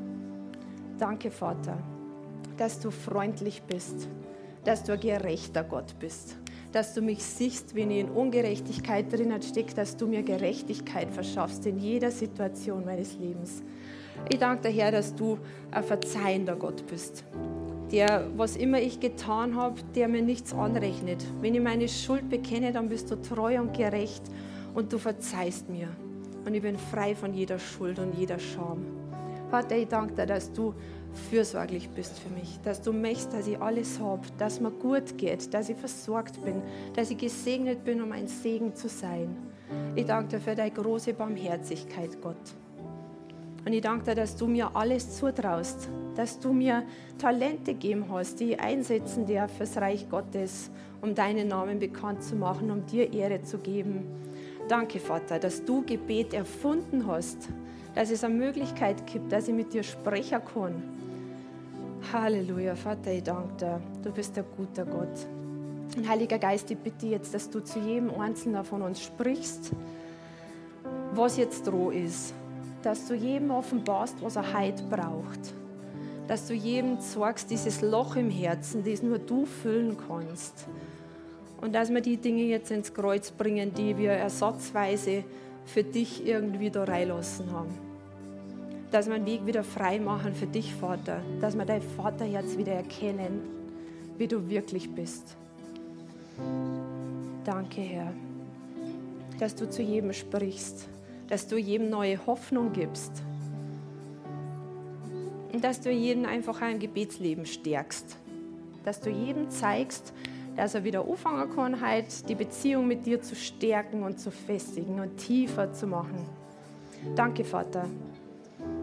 Danke, Vater, dass du freundlich bist, dass du ein gerechter Gott bist, dass du mich siehst, wenn ich in Ungerechtigkeit drinnen stecke, dass du mir Gerechtigkeit verschaffst in jeder Situation meines Lebens. Ich danke dir, Herr, dass du ein verzeihender Gott bist, der, was immer ich getan habe, der mir nichts anrechnet. Wenn ich meine Schuld bekenne, dann bist du treu und gerecht und du verzeihst mir. Und ich bin frei von jeder Schuld und jeder Scham. Vater, ich danke dir, dass du fürsorglich bist für mich, dass du möchtest, dass ich alles habe, dass mir gut geht, dass ich versorgt bin, dass ich gesegnet bin, um ein Segen zu sein. Ich danke dir für deine große Barmherzigkeit, Gott. Und ich danke dir, dass du mir alles zutraust, dass du mir Talente gegeben hast, die ich einsetzen darf fürs Reich Gottes, um deinen Namen bekannt zu machen, um dir Ehre zu geben. Danke, Vater, dass du Gebet erfunden hast, dass es eine Möglichkeit gibt, dass ich mit dir sprechen kann. Halleluja, Vater, ich danke dir. Du bist ein guter Gott. Und Heiliger Geist, ich bitte jetzt, dass du zu jedem Einzelnen von uns sprichst, was jetzt dran ist. Dass du jedem offenbarst, was er heute braucht. Dass du jedem zeigst, dieses Loch im Herzen, das nur du füllen kannst. Und dass wir die Dinge jetzt ins Kreuz bringen, die wir ersatzweise für dich irgendwie da reinlassen haben. Dass wir einen Weg wieder frei machen für dich, Vater. Dass wir dein Vaterherz wieder erkennen, wie du wirklich bist. Danke, Herr, dass du zu jedem sprichst, dass du jedem neue Hoffnung gibst und dass du jeden einfach ein Gebetsleben stärkst. Dass du jedem zeigst, dass er wieder anfangen kann, heute die Beziehung mit dir zu stärken und zu festigen und tiefer zu machen. Danke, Vater.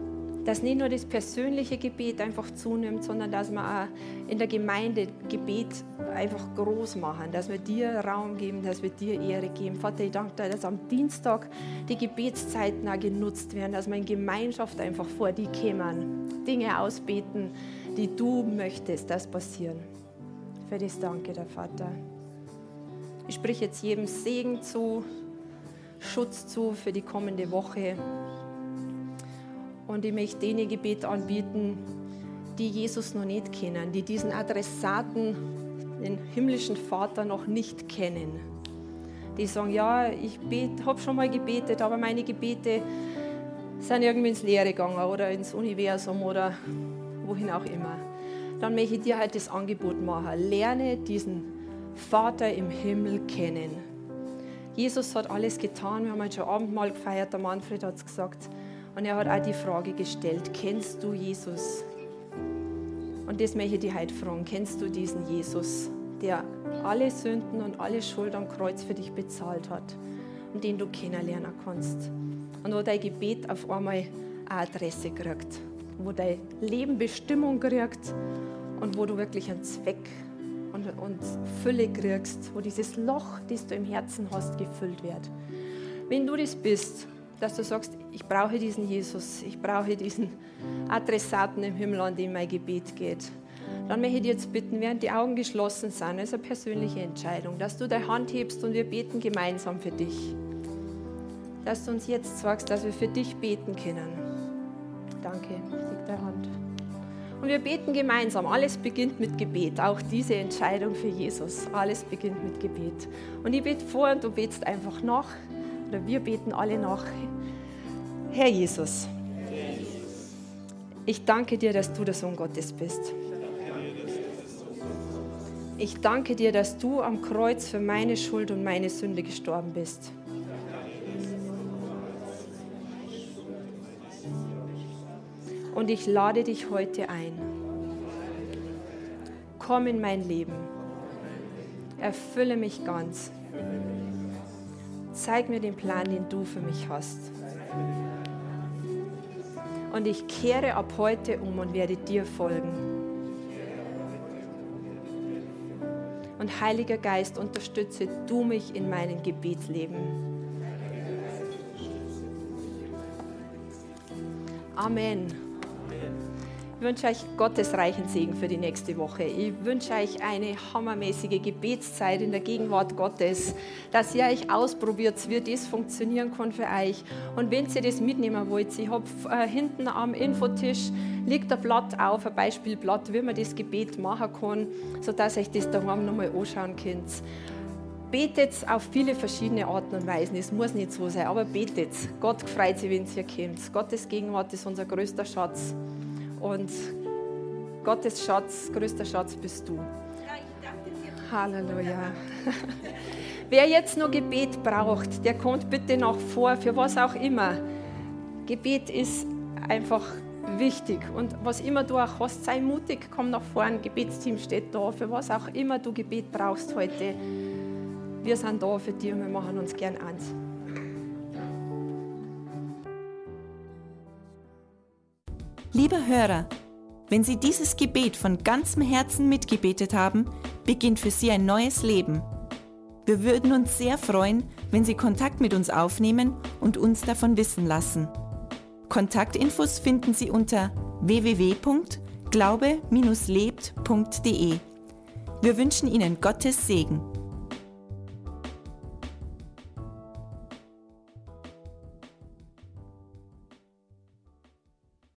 dass nicht nur das persönliche Gebet einfach zunimmt, sondern dass wir auch in der Gemeinde Gebet einfach groß machen, dass wir dir Raum geben, dass wir dir Ehre geben. Vater, ich danke dir, dass am Dienstag die Gebetszeiten auch genutzt werden, dass wir in Gemeinschaft einfach vor dir kommen, Dinge ausbeten, die du möchtest, dass passieren. Für das danke dir, Vater. Ich spreche jetzt jedem Segen zu, Schutz zu für die kommende Woche. Und ich möchte denen Gebet anbieten, die Jesus noch nicht kennen, die diesen Adressaten, den himmlischen Vater, noch nicht kennen. Die sagen, ja, ich habe schon mal gebetet, aber meine Gebete sind irgendwie ins Leere gegangen oder ins Universum oder wohin auch immer. Dann möchte ich dir halt das Angebot machen. Lerne diesen Vater im Himmel kennen. Jesus hat alles getan. Wir haben heute schon Abendmahl gefeiert, der Manfred hat es gesagt. Und er hat auch die Frage gestellt, kennst du Jesus? Und das möchte ich dich heute fragen, kennst du diesen Jesus, der alle Sünden und alle Schuld am Kreuz für dich bezahlt hat und den du kennenlernen kannst? Und wo dein Gebet auf einmal eine Adresse kriegt, wo dein Leben Bestimmung kriegt und wo du wirklich einen Zweck und, und Fülle kriegst, wo dieses Loch, das du im Herzen hast, gefüllt wird. Wenn du das bist, dass du sagst, ich brauche diesen Jesus, ich brauche diesen Adressaten im Himmel, an dem mein Gebet geht, dann möchte ich dich jetzt bitten, während die Augen geschlossen sind, das ist eine persönliche Entscheidung, dass du deine Hand hebst und wir beten gemeinsam für dich. Dass du uns jetzt sagst, dass wir für dich beten können. Danke, ich leg deine Hand. Und wir beten gemeinsam. Alles beginnt mit Gebet. Auch diese Entscheidung für Jesus. Alles beginnt mit Gebet. Und ich bete vor und du betest einfach nach. Oder wir beten alle nach. Herr Jesus, ich danke dir, dass du der Sohn Gottes bist. Ich danke dir, dass du am Kreuz für meine Schuld und meine Sünde gestorben bist. Und ich lade dich heute ein. Komm in mein Leben. Erfülle mich ganz. Zeig mir den Plan, den du für mich hast. Und ich kehre ab heute um und werde dir folgen. Und Heiliger Geist, unterstütze du mich in meinem Gebetsleben. Amen. Ich wünsche euch Gottes reichen Segen für die nächste Woche. Ich wünsche euch eine hammermäßige Gebetszeit in der Gegenwart Gottes, dass ihr euch ausprobiert, wie das funktionieren kann für euch. Und wenn ihr das mitnehmen wollt, ich habe äh, hinten am Infotisch liegt ein Blatt auf, ein Beispielblatt, wie man das Gebet machen kann, sodass ihr euch das daheim nochmal anschauen könnt. Betet auf viele verschiedene Arten und Weisen. Es muss nicht so sein, aber betet. Gott freut sich, wenn ihr kommt. Gottes Gegenwart ist unser größter Schatz. Und Gottes Schatz, größter Schatz bist du. Halleluja. Wer jetzt noch Gebet braucht, der kommt bitte nach vor, für was auch immer. Gebet ist einfach wichtig. Und was immer du auch hast, sei mutig, komm nach vorne, Gebetsteam steht da. Für was auch immer du Gebet brauchst heute, wir sind da für dich und wir machen uns gern eins. Lieber Hörer, wenn Sie dieses Gebet von ganzem Herzen mitgebetet haben, beginnt für Sie ein neues Leben. Wir würden uns sehr freuen, wenn Sie Kontakt mit uns aufnehmen und uns davon wissen lassen. Kontaktinfos finden Sie unter w w w punkt glaube Bindestrich lebt punkt de. Wir wünschen Ihnen Gottes Segen.